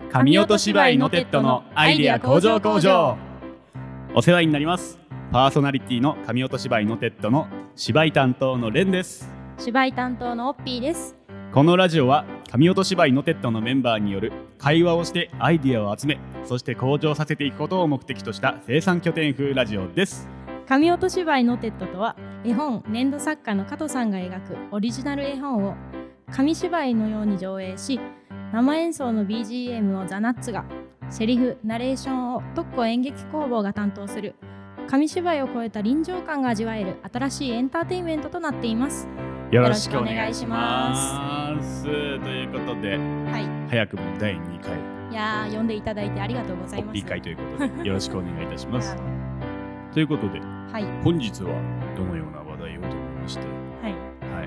神音芝居のテッドのアイデア工場工場。お世話になります。パーソナリティの神音芝居のテッドの芝居担当のレンです。 芝居担当のオッピーです。 このラジオは神音芝居のテッドのメンバーによる会話をしてアイデアを集め、そして向上させていくことを目的とした生産拠点風ラジオです。 神音芝居のテッドとは、絵本粘土作家の加藤さんが描くオリジナル絵本を紙芝居のように上映し、生演奏の BGM をザナッツが、セリフ・ナレーションを特攻演劇工房が担当する紙芝居を超えた臨場感が味わえる新しいエンターテインメントとなっています。 よろしくお願いします。ということで、 はい、 早くも第2回、 いやー、呼んでいただいてありがとうございます。 オッピー会ということでよろしくお願いいたしますということで、 はい、 本日はどのような話題をと思いまして、 はいはい、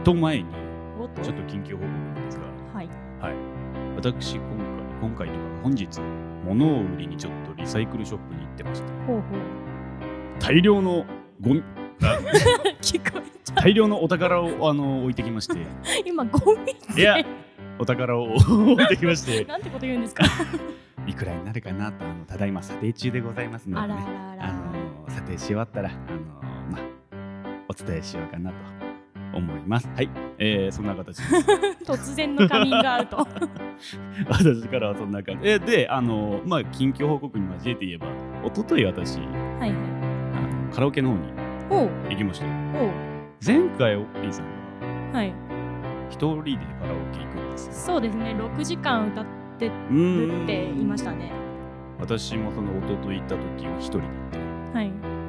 と前にちょっと緊急報告なんですが、 はいはい、私今回とか本日物を売りにちょっとリサイクルショップに行ってまして、 ほうほう大量の聞こえちゃう大量のお宝を置いてきまして今ゴミっていやお宝を置いてきましてなんてこと言うんですかいくらになるかなとただいま査定中でございますので、ね、査定し終わったらお伝えしようかなと思います。はい、そんな形です突然のカミングアウト私からはそんな感じで、近況報告に交えて言えば、一昨日私、 はいはい、 カラオケの方に行きましたよ。前回オッピーさんは、はい、一人でカラオケ行くんですよ。 そうですね、6時間歌ってるって言いましたね。 私もその一昨日行った時は一人で行って、はい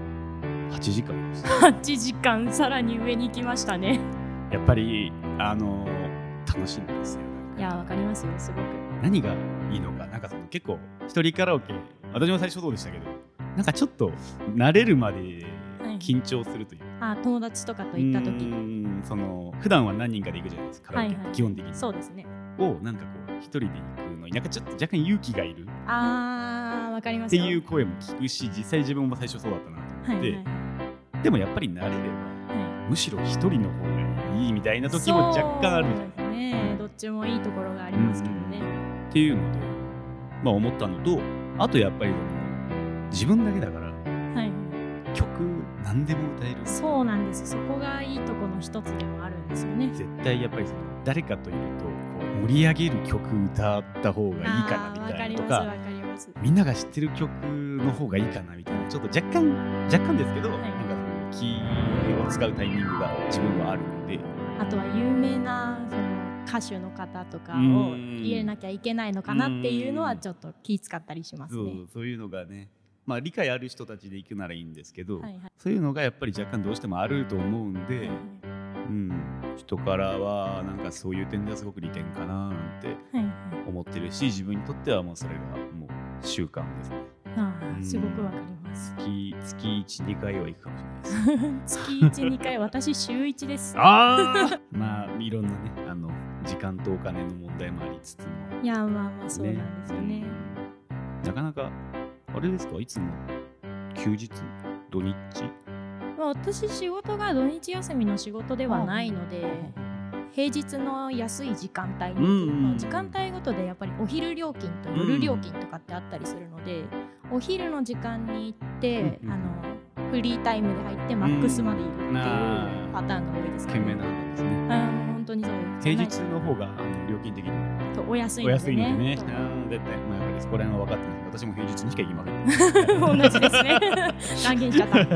、8時間です。 8時間さらに上に行きましたね。 やっぱり楽しいんですよ。 いや、わかりますよ、すごく。 何がいいのか、なんか一人カラオケ、私も最初そうでしたけど、なんかちょっと慣れるまで緊張するという、 友達とかと行った時、 普段は何人かで行くじゃないですか、カラオケ、基本的に。 そうですね。 なんか一人で行くのになんかちょっと若干勇気がいる。 わかりますよ。 っていう声も聞くし、実際自分も最初そうだったなと思って、でもやっぱり慣れれば、むしろ一人の方がいいみたいな時も若干あるじゃないですか。 どっちもいいところがありますけどね。 っていうので、思ったのと、あとやっぱり自分だけだから、曲何でも歌える。 そうなんです。そこがいいところの一つでもあるんですよね。 絶対やっぱり誰かといると盛り上げる曲歌った方がいいかなみたいなとか、みんなが知ってる曲の方がいいかなみたいな、ちょっと若干ですけど、なんか気を使うタイミングが自分はあるので、 あとは有名な歌手の方とかを入れなきゃいけないのかなっていうのはちょっと気使ったりしますね。 そういうのがね、理解ある人たちで行くならいいんですけど、そういうのがやっぱり若干どうしてもあると思うんで、人からはなんかそういう点ではすごく利点かななんて思ってるし、自分にとってはもうそれがもう習慣ですね。 すごくわかります。 月 1,2 回は行くかもしれないです月 1,2 回私週1です。 いろんなね時間とお金の問題もありつつも、 いやそうなんですよね。 なかなかあれですか、いつも休日土日？ 私仕事が土日休みの仕事ではないので、平日の安い時間帯に、時間帯ごとでやっぱりお昼料金と夜料金とかってあったりするので、お昼の時間に行って、フリータイムで入ってマックスまでいるっていうパターンが多いですね。 賢明な判断ですね。 本当にそうです。 平日の方が料金的にお安いのでね。 絶対やっぱりそこら辺は分かってます。私も平日にしか行きません。 同じですね。断言しちゃった。 はい、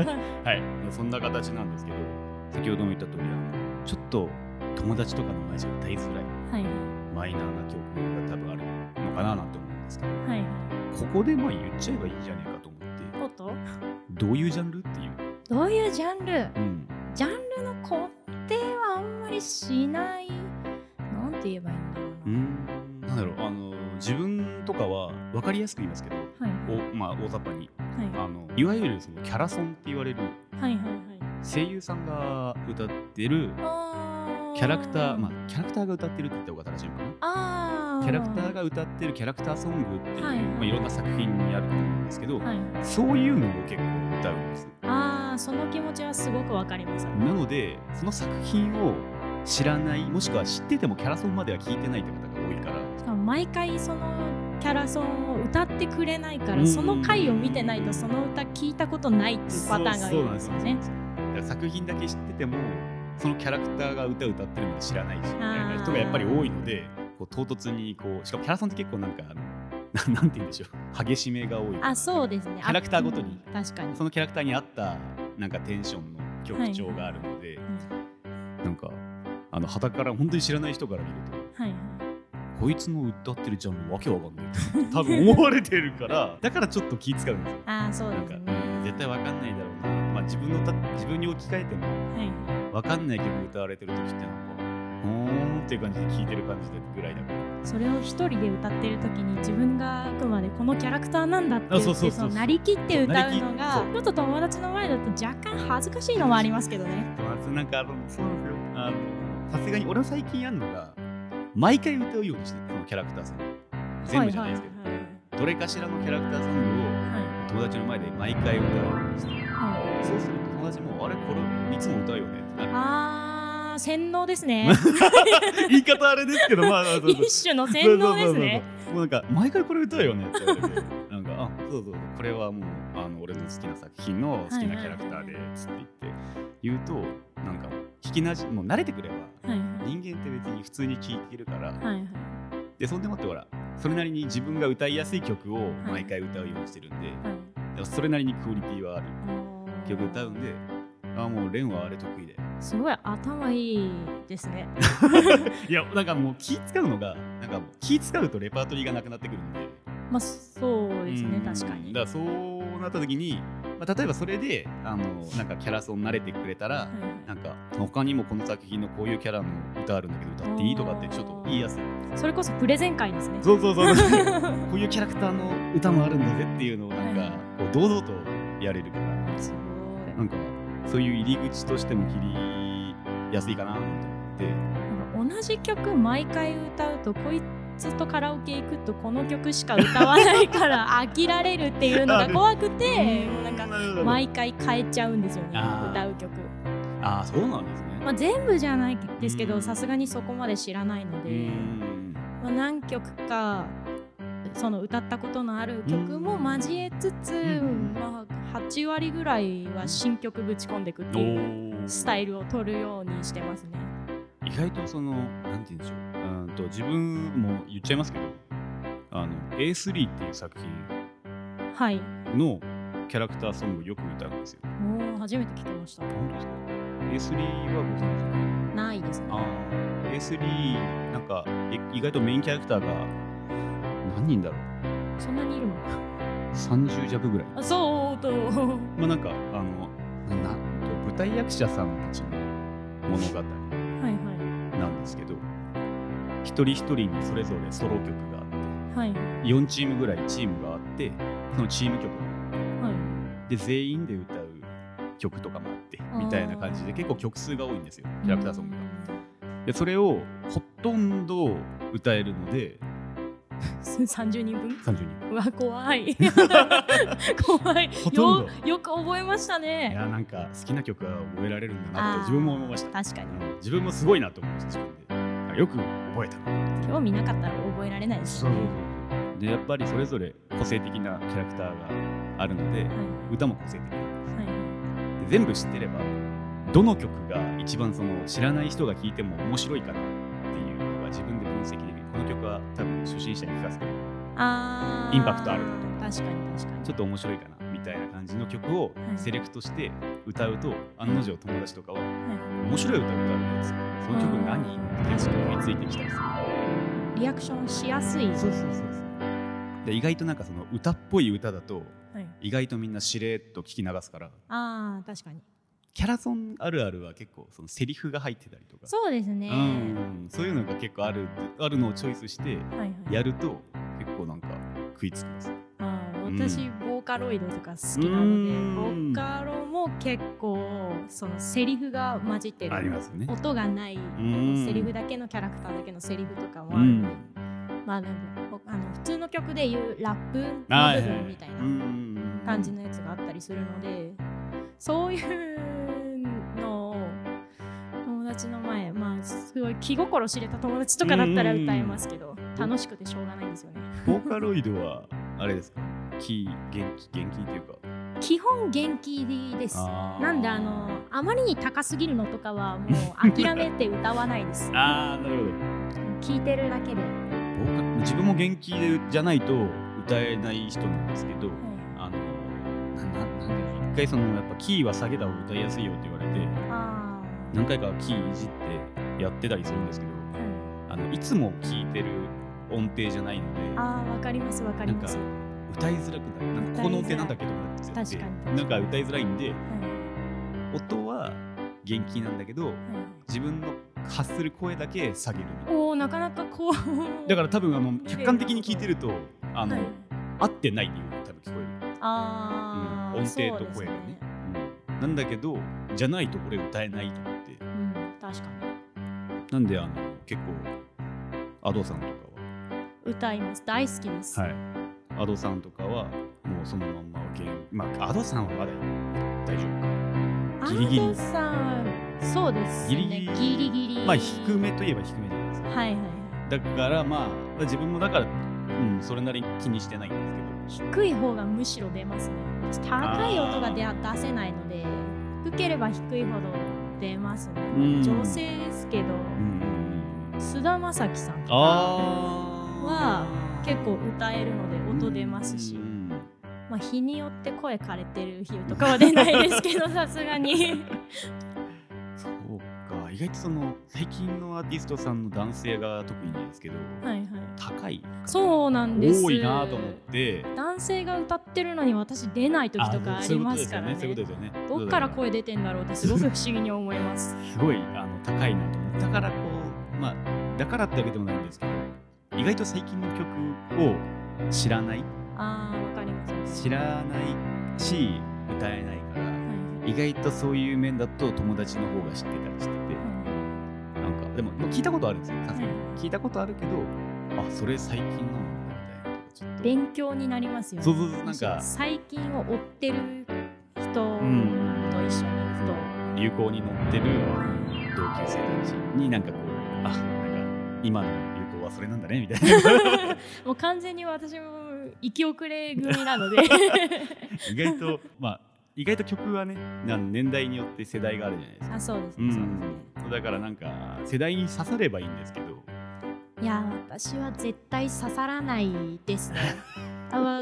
そんな形なんですけど、先ほども言った通りちょっと友達とかの前じゃ歌いづらい、マイナーな曲が多分あるのかななんて思うんですけど、ここで言っちゃえばいいじゃねえかと思って、どういうジャンルっていう。 どういうジャンル？ジャンルの固定はあんまりしない。なんて言えばいいんだろうな。 なんだろう、自分とかは分かりやすく言いますけど、大雑把に、いわゆるそのキャラソンって言われる、声優さんが歌ってるキャラクターが歌ってるって言った方が正しいのかな。キャラクターが歌ってるキャラクターソングっていう、いろんな作品にあると思うんですけど、そういうのを結構歌うんです。 その気持ちはすごくわかります。 なのでその作品を知らない、もしくは知っててもキャラソンまでは聞いてないって方が多いから、 しかも毎回そのキャラソンを歌ってくれないから、その回を見てないとその歌聞いたことないっていうパターンがいいんですよね。 だから作品だけ知っててもそのキャラクターが歌ってるの知らないしみたいな人がやっぱり多いので、こう唐突にこうしかもキャラソンって結構なんかなんて言うんでしょう、激しめが多い。 あ、そうですね。 キャラクターごとに、 確かにそのキャラクターに合ったなんかテンションの曲調があるので、なんか傍から本当に知らない人から見ると、こいつの歌ってるジャンルわけわかんないって多分思われてるからだからちょっと気使うんですよ。 あ、そうですね。 なんか絶対わかんないだろうな、まあ、自分に置き換えても、わかんない曲歌われてる時ってなんかっていう感じで聴いてる感じでぐらいだから、 それを一人で歌ってる時に自分があくまでこのキャラクターなんだって言ってそのなりきって歌うのがちょっと友達の前だと若干恥ずかしいのもありますけどね。 なんかそうなんですよ。さすがに俺は最近やるのが毎回歌うようにしてる、このキャラクターさん全部じゃないですけど、どれかしらのキャラクターソングを友達の前で毎回歌うようにしてる、そうすると友達もあれこれいつも歌うよねってなる。 洗脳ですね。 言い方あれですけど、まあ一種の洗脳ですね。 もうなんか毎回これ歌うよねって言われて、なんかそうこれはもう俺の好きな作品の好きなキャラクターでつって言うと、なんか聞きなじもう慣れてくれば、人間って別に普通に聴いてるから、でそんでもってほらそれなりに自分が歌いやすい曲を毎回歌うようにしてるんで、それなりにクオリティはある曲歌うんで、もうレンはあれ得意で。 すごい頭いいですね。 いやなんかもう気使うのがなんか気使うとレパートリーがなくなってくるんで。 まあそうですね、確かに。 だからそうなった時に、例えばそれでなんかキャラソン慣れてくれたら、なんか他にもこの作品のこういうキャラの歌あるんだけど歌っていいとかってちょっと言いやすい。 それこそプレゼン会ですね。 そうこういうキャラクターの歌もあるんだぜっていうのをなんかこう堂々とやれるから、すごいなんかそういう入り口としても切りやすいかなと思って。 なんか同じ曲毎回歌うとこいつとカラオケ行くとこの曲しか歌わないから飽きられるっていうのが怖くてもうなんか毎回変えちゃうんですよね、歌う曲。 そうなんですね。 全部じゃないですけどさすがにそこまで知らないので、何曲かその歌ったことのある曲も交えつつ、8割ぐらいは新曲ぶち込んでいくっていうスタイルを取るようにしてますね。 意外となんて言うんでしょう、自分も言っちゃいますけどA3 っていう作品のキャラクターソングをよく歌うんですよ。 初めて聞きました。 本当ですか？ A3 はご存知ないですね。 A3 なんか意外とメインキャラクターが何人だろう。そんなにいるの ？30弱ぐらい。 そうとなんか舞台役者さんたちの物語なんですけど、一人一人にそれぞれソロ曲があって、4チームぐらいチームがあって、そのチーム曲で全員で歌う曲とかもあってみたいな感じで結構曲数が多いんですよ、キャラクターソングが。でそれをほとんど歌えるので 30人分 30人分。 うわ怖い怖い。よく覚えましたね。 いやなんか好きな曲は覚えられるんだなと自分も思いました。 確かに、 自分もすごいなと思いました。自分でよく覚えた。 興味なかったら覚えられないですよね。 でやっぱりそれぞれ個性的なキャラクターがあるので、歌も個性的なんです、で全部知ってればどの曲が一番その知らない人が聴いても面白いかなっていうのが自分で分析できる。この曲は多分初心者に聴かせてもインパクトあるなとか、 確かにちょっと面白いかなみたいな感じの曲をセレクトして歌うと、案の定友達とかは面白い歌歌うんですよ。その曲何って結構思いついてきたりする。 リアクションしやすい。 そうで意外となんかその歌っぽい歌だと、意外とみんなしれっと聞き流すから。 確かにキャラソンあるあるは結構そのセリフが入ってたりとか、 そうですね、 そういうのが結構あるのをチョイスしてやると結構なんか食いつきます。 私ボーカロイドとか好きなので、ボーカロも結構そのセリフが混じってる、 ありますね、 音がないセリフだけのキャラクターだけのセリフとかもあるので、なんか普通の曲でいうラップの部分みたいな感じのやつがあったりするので、そういうのを友達の前、すごい気心知れた友達とかだったら歌えますけど、 楽しくてしょうがないんですよね。 ボーカロイドはあれですか、元気っていうか基本元気です。なんであまりに高すぎるのとかはもう諦めて歌わないです。 なるほど。 聴いてるだけで。 自分も元気じゃないと歌えない人なんですけど、なんで一回やっぱキーは下げた方が歌いやすいよって言われて、何回かキーいじってやってたりするんですけど、いつも聴いてる音程じゃないので、 わかりますわかります。 歌いづらくなる。なんかこの音程なんだけどなって、なんか歌いづらいんで、音は元気なんだけど、自分の発する声だけ下げる。 なかなかこうだから多分客観的に聞いてると合ってないっていうのが多分聞こえる。音程と声がね。なんだけどじゃないとこれ歌えないと思って。 確かに。 なんで結構Adoさんとかは歌います。大好きです。 はい。AdoさんとかはもうそのまんまAdoさんはまだ大丈夫か。ギリギリ。 Adoさんそうですね。ギリギリ。 低めといえば低めじゃないですか。 はい。 だから自分もだからそれなりに気にしてないんですけど。 低い方がむしろ出ますね。高い音が出せないので、低ければ低いほど出ますね。女性ですけど、菅田将暉さんとかは結構歌えるので音出ますし、日によって声枯れてる日とかは出ないですけどさすがに。 そうか、意外と最近のアーティストさんの男性が特にですけど、高いそうなんです。 多いなと思って。 男性が歌ってるのに私出ない時とかありますからね。 そういうことですよね。 どっから声出てんだろうってすごく不思議に思います。 すごい高いなと思って。だからだからってわけでもないんですけど、意外と最近の曲を知らない。 わかります。 知らないし歌えないから、意外とそういう面だと友達の方が知ってたりしてて、なんかでも聞いたことあるんですよ。聞いたことあるけど、それ最近なのみたいな。ちょっと勉強になりますよね。 そうなんか最近を追ってる人と一緒に行くと、 流行に乗ってる同級生たちになんかこうなんか今の流行はそれなんだねみたいな。 もう完全に私も生き遅れ組なので意外と曲はね、年代によって世代があるじゃないですか。 そうですね。 だからなんか世代に刺さればいいんですけど、 いや私は絶対刺さらないですね。だから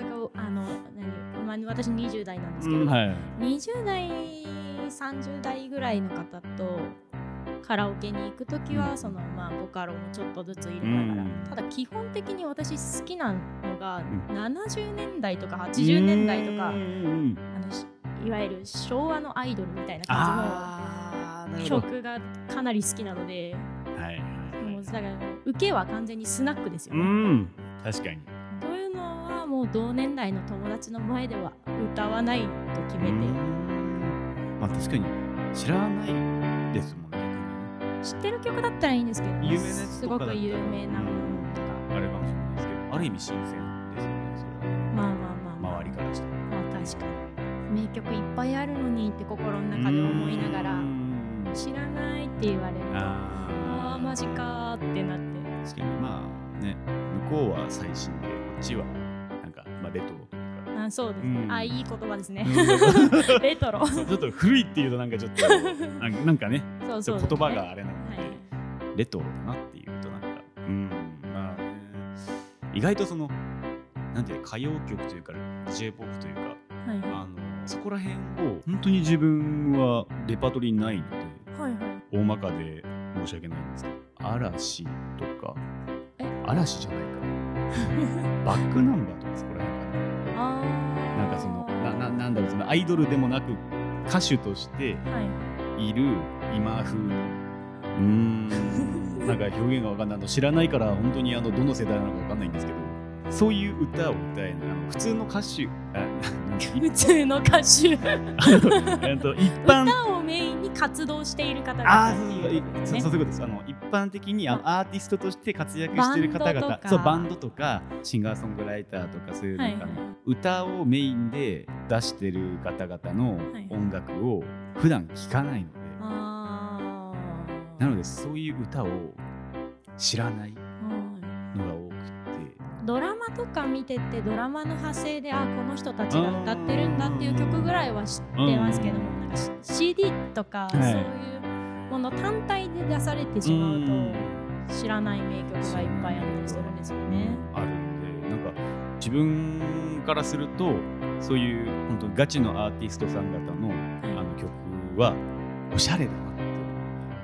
私20代なんですけど、20代30代ぐらいの方とカラオケに行くときはボカロもちょっとずつ入れながら、ただ基本的に私好きなのが70年代とか80年代とか、いわゆる昭和のアイドルみたいな感じの曲がかなり好きなので、もうだから受けは完全にスナックですよね。 確かに。 というのはもう同年代の友達の前では歌わないと決めて。 確かに知らないですもんね。 知ってる曲だったらいいんですけど、 有名なやつすごく有名なものとかあれかもしれないですけど、ある意味新鮮ですよね。それは周りからしたら。 確かに名曲いっぱいあるのにって心の中で思いながら、知らないって言われるとマジかってなって。 確かに向こうは最新でこっちはなんかレトロというか。 そうですね。いい言葉ですね。レトロ。 ちょっと古いっていうとなんかちょっとなんかね、言葉があれなので、レトロだなっていうとなんか意外となんていう歌謡曲というか J-POP というか、そこら辺を本当に自分はレパートリーないので、大まかで申し訳ないんですけど、嵐とか嵐じゃないかバックナンバーとかそこら辺かな。なんかなんだろう、アイドルでもなく歌手としている今風のなんか表現が分かんない、知らないから本当にどの世代なのか分かんないんですけど、そういう歌を歌えない普通の歌手普通の歌手一般歌をメインに活動している方々っていうことですね。 そういうことです。一般的にアーティストとして活躍している方々、バンドとかシンガーソングライターとかそういう歌をメインで出してる方々の音楽を普段聴かないので、なのでそういう歌を知らない。 のが多くて、 ドラマとか見ててドラマの派生でこの人たちが歌ってるんだっていう曲ぐらいは知ってますけども、なんか CD とかそういうもの単体で出されてしまうと知らない名曲がいっぱいあったりするんですよね。 あるんで、なんか自分からするとそういう本当ガチのアーティストさん方の、曲はおしゃれだなって。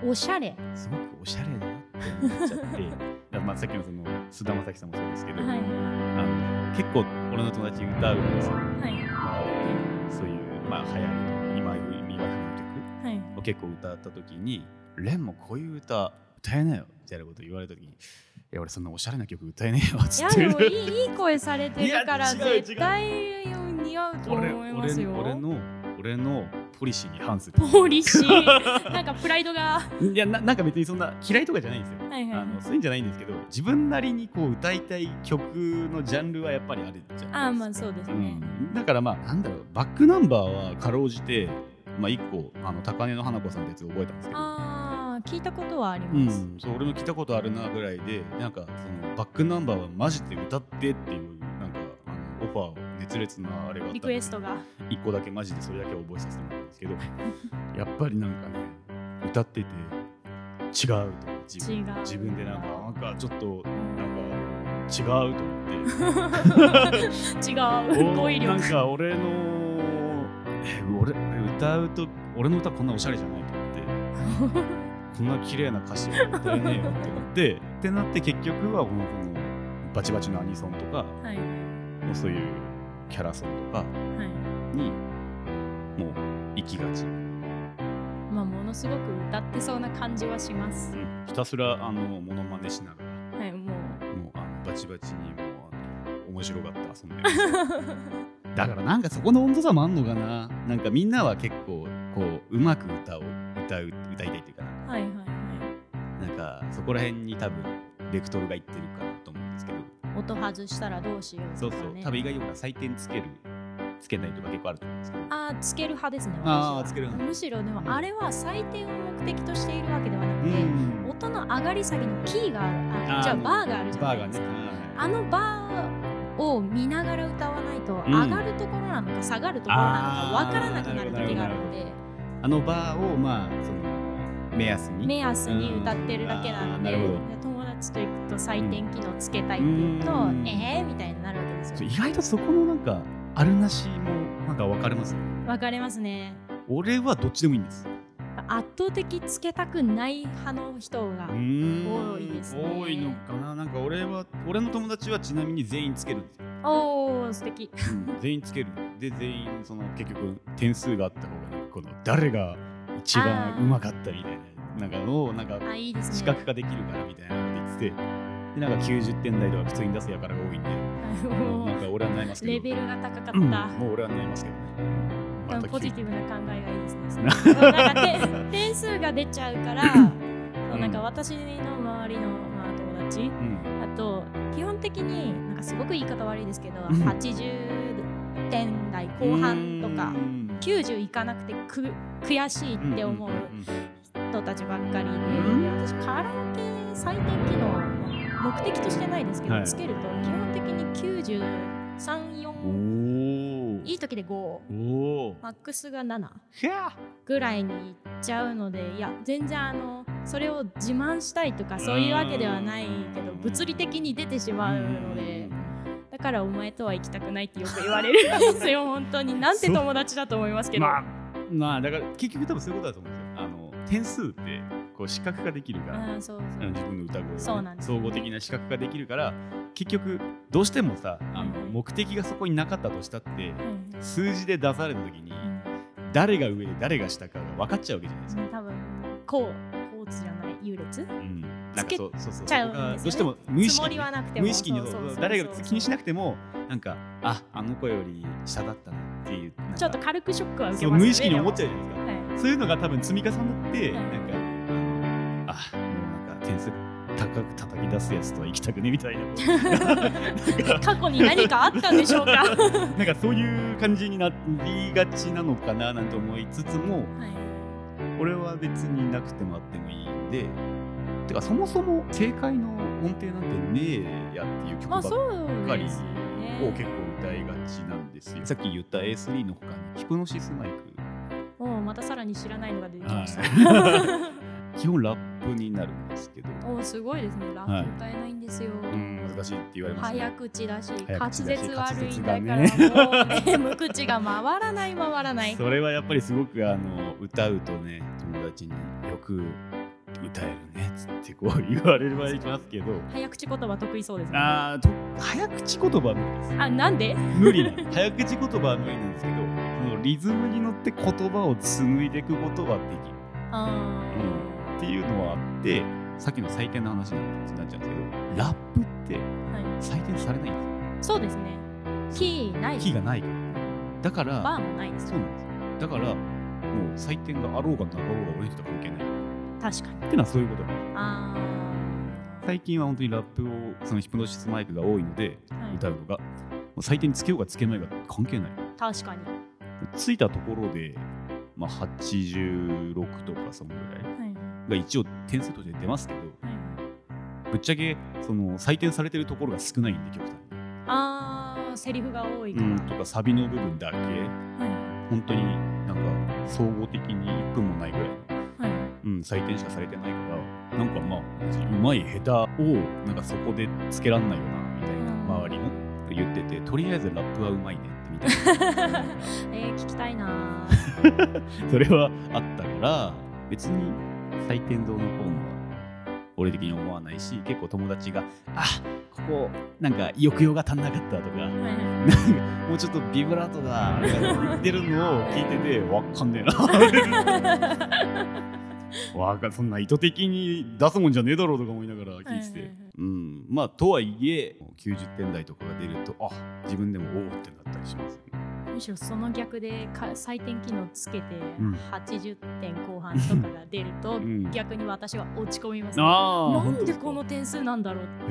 おしゃれ、 すごくおしゃれだなって思っちゃってさっきのその菅田将暉さんもそうですけど、結構俺の友達歌うんですよ。そういう、流行りの今風の曲を結構歌った時に、レンもこういう歌歌えなよみたいなこと言われた時に、いや俺そんなおしゃれな曲歌えねえよっつって。 いやでもいい声されてるから絶対似合うと思いますよ。 俺のポリシーに反する。 ポリシーなんかプライドがいやなんか別にそんな嫌いとかじゃないんですよ。そういうんじゃないんですけど、自分なりにこう歌いたい曲のジャンルはやっぱりあるじゃないですか。 そうですね。 だからなんだろう、バックナンバーはかろうじて1個高根の花子さんってやつ覚えたんですけど、 聞いたことはあります。 そう俺も聞いたことあるなぐらいで、なんかそのバックナンバーはマジで歌ってっていうなんかオファーを熱烈なあれがあった、 リクエストが 1個だけマジでそれだけ覚えさせてもらったんですけどやっぱりなんかね歌ってて違うと自分でなんかちょっとなんか違うと思って違う語彙力、 なんか俺歌うと俺の歌こんなおしゃれじゃないと思ってこんな綺麗な歌詞を歌えねえよって思ってってなって結局はこのバチバチのアニソンとか、そういうキャラソンとかにもう行きがち。 ものすごく歌ってそうな感じはします。 ひたすらモノマネしながら、 もうバチバチに面白がって遊んでるだからなんかそこの温度差もあんのかな。なんかみんなは結構こううまく歌いたいっていうかな、なんかそこら辺に多分ベクトルがいってるかなと思うんですけど、 音外したらどうしようとかね。 そう多分意外に採点つけないとか結構あると思うんですけど、 つける派ですね。 つける派。 むしろでもあれは採点を目的としているわけではなくて、音の上がり下げのキーがある、じゃあバーがあるじゃないですか。バーを見ながら歌わないと上がるところなのか下がるところなのか分からなくなる時があるので、 バーをその目安に歌ってるだけなので、友達と行くと採点機能つけたいって言うとみたいになるわけですよ。 意外とそこのなんかあるなしもなんか分かれますよね。 分かれますね。 俺はどっちでもいいんです。 圧倒的つけたくない派の人が多いですね。 多いのかな。なんか俺の友達はちなみに全員つけるんですよ。 素敵。 全員つける。で全員その結局点数があった方がなんかこの誰が一番うまかったみたいななんかのなんか視覚化できるからみたいなのが言ってて、でなんか90点台とか普通に出すやからが多いんで、なんか俺は悩ますけど。 レベルが高かった。 もう俺は悩ますけどね。 ポジティブな考えがいいですね。なんか点数が出ちゃうからなんか私の周りの友達、あと基本的になんかすごく言い方悪いですけど、80点台後半とか90いかなくて悔しいって思う人たちばっかりで、私カラオケ採点機能目的としてないですけど、つけると基本的に93、4、いい時で5、マックスが7ぐらいにいっちゃうので、いや全然それを自慢したいとかそういうわけではないけど、物理的に出てしまうので、だからお前とは行きたくないってよく言われるんですよ。本当になんて友達だと思いますけど、 だから結局多分そういうことだと思うんですよ。点数ってこう視覚化できるから、自分の歌声を総合的な視覚化できるから、結局どうしてもさ目的がそこになかったとしたって、数字で出された時に誰が上で誰が下かが分かっちゃうわけじゃないですか。 多分コーツじゃない優劣、 なんかそうちゃうんですよね。 どうしても無意識に無意識に誰が気にしなくてもなんかあの子より下だったなっていう、 ちょっと軽くショックは受けますよね。 無意識に思っちゃうじゃないですか。そういうのが多分積み重なって、なんかもうなんか点数高く叩き出すやつとは行きたくねみたいな過去に何かあったんでしょうか。 なんかそういう感じになりがちなのかななんて思いつつも、俺は別になくてもあってもいいんで、 てかそもそも正解の音程なんてねえやっていう曲ばっかりを結構歌いがちなんですよ。さっき言った A3 の他にヒプノシスマイク。 またさらに知らないのが出てきました。 基本ラップになるんですけど。 すごいですね。ラップ歌えないんですよ。 難しいって言われますね。 早口だし、滑舌悪いんだからもうね、無口が回らない。 それはやっぱりすごく歌うとね、友達によく歌えるねつってこう言われる場合いますけど。 早口言葉得意そうですね。 早口言葉は無理です。 なんで？ 無理なの。早口言葉は無理なんですけど、そのリズムに乗って言葉を紡いでいくことはできる。っていうのはあって、さっきの採点の話になっちゃうんですけど、ラップって採点されないんですよ。 そうですね。キーがないから。だからバーもないです。 そうなんですよ。だからもう採点があろうがなかろうが俺にとって関係ない。 確かに。 ってのはそういうことなんです。最近は本当にラップをそのヒプノシスマイクが多いので、歌うのがもう採点につけようがつけまいが関係ない。 確かに。 ついたところで、86とかそのぐらいが一応点数として出ますけど、ぶっちゃけその採点されてるところが少ないんで、極端にセリフが多いから、 とかサビの部分だけ、本当になんか総合的に1分もないぐらいの、採点しかされてないから、なんかうまい下手をなんかそこでつけらんないよなみたいな周りも言ってて、とりあえずラップはうまいねってみたいな聞きたいなそれはあったから、別に採点どうのこうのは俺的に思わないし、結構友達がここなんか抑揚が足んなかったとか、もうちょっとビブラートだとか言ってるのを聞いてて、わかんねえなそんな意図的に出すもんじゃねえだろうとか思いながら聞いてて、とはいえ90点台とかが出ると自分でもおおってなったりしますよね。 むしろその逆で採点機能つけて80点後半とかが出ると、逆に私は落ち込みますね。なんでこの点数なんだろうって。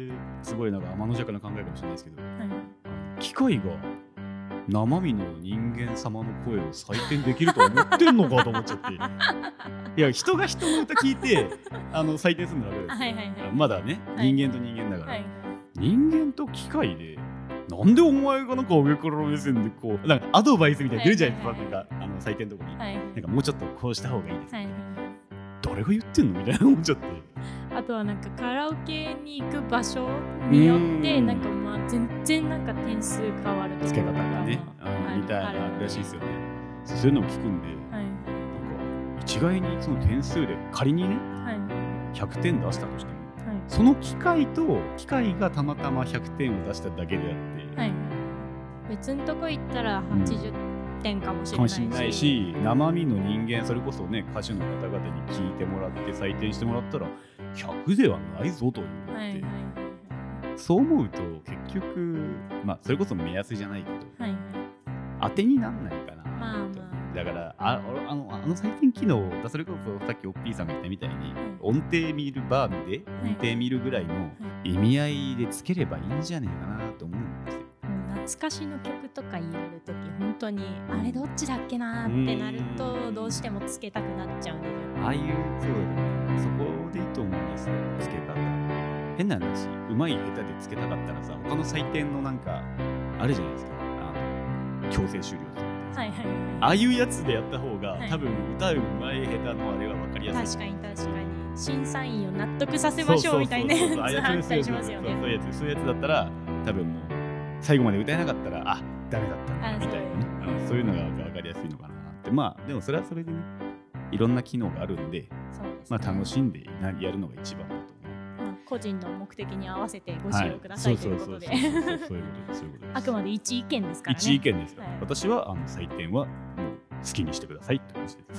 すごいなんか天の弱な考えかもしれないですけど、機械が生身の人間様の声を採点できると思ってんのかと思っちゃっていや、人が人の歌聞いて採点するのはあれですよ。まだね、人間と人間だから、人間と機械でなんでお前がなんか上から目線でこうなんかアドバイスみたいに出るじゃないですか、なんか採点のとこに、なんかもうちょっとこうした方がいいです、誰が言ってんのみたいな思っちゃって。 あとはなんかカラオケに行く場所によってなんか全然なんか点数変わるとかつけ方がねみたいならしいですよね。そういうのを聞くんで、なんか一概にその点数で仮にね、100点出したとしても、その機械がたまたま100点を出しただけであって、 別のとこ行ったら80点かもしれないし、 生身の人間、それこそね歌手の方々に聞いてもらって採点してもらったら100ではないぞというのって、そう思うと結局それこそ目安じゃないけど、当てになんないかなと。だから採点機能だ、それこそさっきオッピーさんが言ったみたいに、音程見るバーで音程見るぐらいの意味合いでつければいいんじゃねえかなと思うんですよ。 懐かしの曲とか入れるとき本当にあれどっちだっけなってなるとどうしてもつけたくなっちゃうんですよ。 そうだね、そこでいいと思うんですよ、つけ方。変な話、うまい下手でつけたかったらさ、他の採点のなんかあるじゃないですか、強制終了とか、ああいうやつでやった方が、多分歌うまい下手のあれは分かりやすい。 確かに審査員を納得させましょうみたいなやつあったりしますよね。 そういうやつだったら多分もう最後まで歌えなかったらダメだったんだみたいなね、そういうのが分かりやすいのかなって。でもそれはそれでね、いろんな機能があるんで、楽しんでやるのが一番だと思う。 個人の目的に合わせてご使用くださいということで、あくまで一意見ですからね。 一意見ですから、私は採点はもう好きにしてくださいって感じです。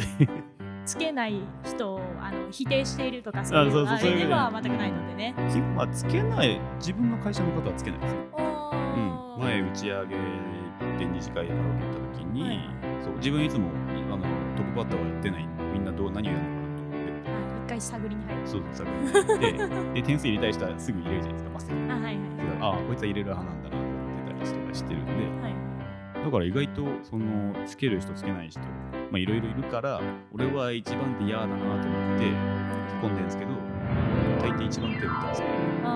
つけない人を否定しているとかそういうあれでは全くないのでね。 つけない、自分の会社の方はつけないですよ。前打ち上げで二次会カラオケ行った時に、自分いつもトップバッターはやってない、みんな何をやるのかなと思って、 一回探りに入る。 探りに入ってで点数入れたい人はすぐ入れるじゃないですか、まっすぐ。こいつは入れる派なんだなと思ってたりとかしてるんで、 だから意外とそのつける人つけない人いろいろいるから、俺は一番手嫌だなと思って引っ込んでるんですけど、大抵一番手を打ったんですよ。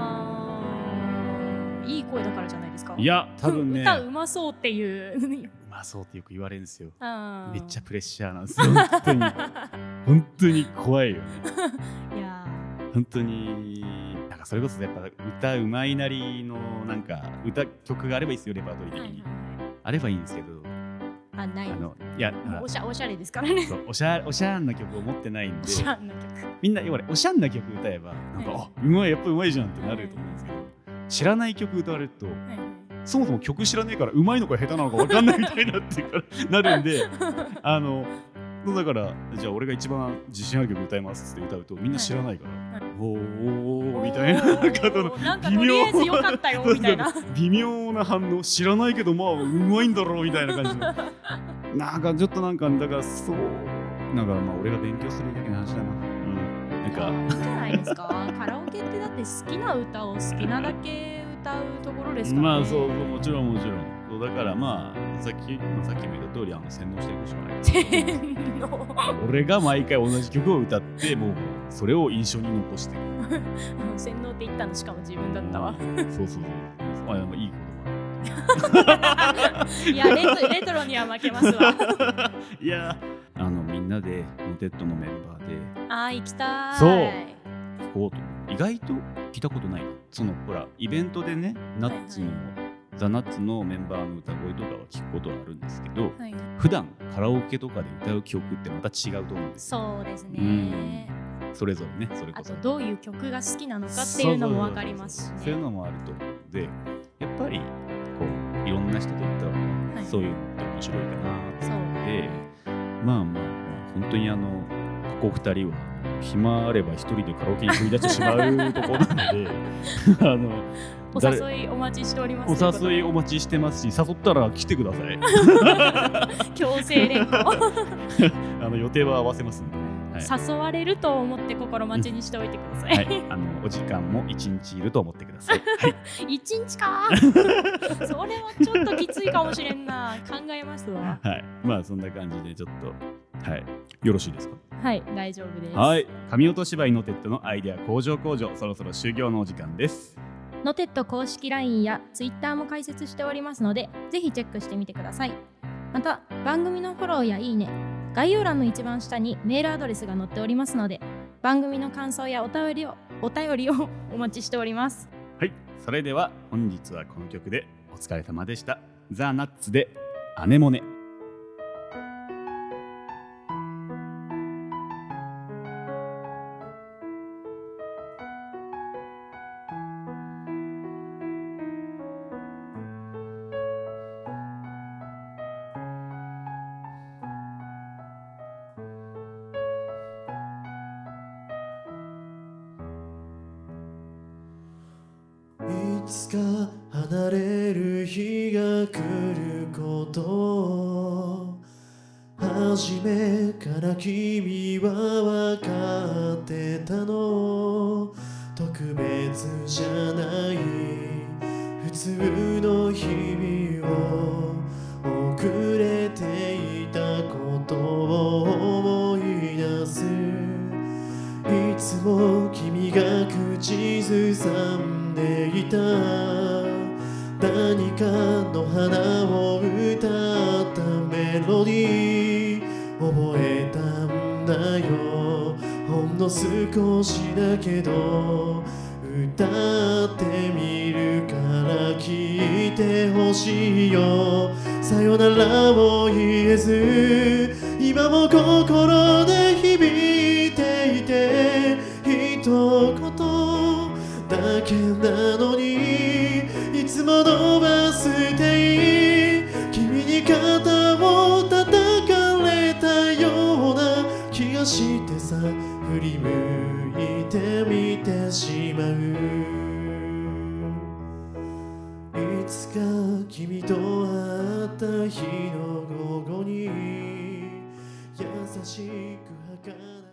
いい声だからじゃないですか。 いや多分ね、 歌うまそうっていううまそうってよく言われるんですよ。めっちゃプレッシャーなんですよ。本当に怖いよね。 いや本当になんかそれこそやっぱ歌うまいなりのなんか曲があればいいですよ、レパートリー的に、あればいいんですけど、 ないいやおしゃれですからね。 おしゃんな曲を持ってないんで、 おしゃんな曲、 みんなおしゃんな曲歌えばなんか、うまい、やっぱうまいじゃんってなると思うんですけど、知らない曲歌われると、そもそも曲知らねえからうまいのか下手なのか分かんないみたいになってなるんでだからじゃあ俺が一番自信ある曲歌いますって歌うとみんな知らないから、おーみたいな、 なんかとりあえずよかったよみたいな微妙な反応、知らないけどまあうまいんだろうみたいな感じのなんかちょっとなんかだからそうだから俺が勉強するだけの話だな。なんかいいんじゃないですか。カラオケってだって好きな歌を好きなだけ歌うところですからね。 そうもちろんそうだからさっきも言った通り洗脳していくしかない俺が毎回同じ曲を歌ってもうそれを印象に残していく洗脳って言ったのしかも自分だったわ。 そういい言葉いやレトロには負けますわいやみんなでノテッドのメンバーで行きたい。 そう聞こうと。意外と聞いたことない。そのほらイベントでね、ナッツのザ・ナッツのメンバーの歌声とかは聞くことはあるんですけど、普段カラオケとかで歌う曲ってまた違うと思うんですよ。 そうですね、 それぞれね、それこそあとどういう曲が好きなのかっていうのも分かりますしね。 そういうのもあると思うので、やっぱりこういろんな人と歌うのはそういうのって面白いかなと思って、本当にここ2人は暇あれば一人でカラオケに繰り出してしまうところなのでお誘いお待ちしております。 お誘いお待ちしてますし、誘ったら来てください強制連行予定は合わせますので、 誘われると思って心待ちにしておいてください、 お時間も1日いると思ってください、 1日かそれはちょっときついかもしれんな。考えますわ。 そんな感じでちょっとよろしいですか。 大丈夫です。 神音芝居ノテットのアイデア工場、そろそろ終業のお時間です。 ノテット公式 LINE や Twitter も開設しておりますので、ぜひチェックしてみてください。また番組のフォローやいいね、概要欄の一番下にメールアドレスが載っておりますので、番組の感想やお便りをお待ちしております。 それでは本日はこの曲でお疲れ様でした。ザ・ナッツでアネモネ。 いつか離れる日が来ることを初めから君は分かってたの。特別じゃない普通の日々を遅れていたことを思い出す。いつも君が口ずさんでいた何かの花を歌ったメロディー覚えたんだよ。ほんの少しだけど歌ってみるから聞いてほしいよ。さよならを言えず今も心で響いていて、一言だけなのにいつものバス停君に肩を叩かれたような気がしてさ、振り向いてみてしまう。いつか君と会った日の午後に優しく儚